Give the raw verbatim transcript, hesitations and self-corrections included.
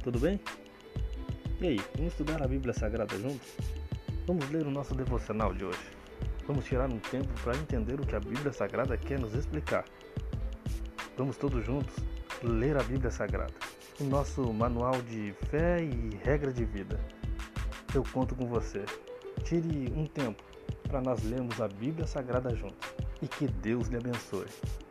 tudo bem? E aí, vamos estudar a Bíblia Sagrada juntos? Vamos ler o nosso devocional de hoje. Vamos tirar um tempo para entender o que a Bíblia Sagrada quer nos explicar. Vamos todos juntos ler a Bíblia Sagrada, o nosso manual de fé e regra de vida. Eu conto com você. Tire um tempo para nós lermos a Bíblia Sagrada juntos e que Deus lhe abençoe.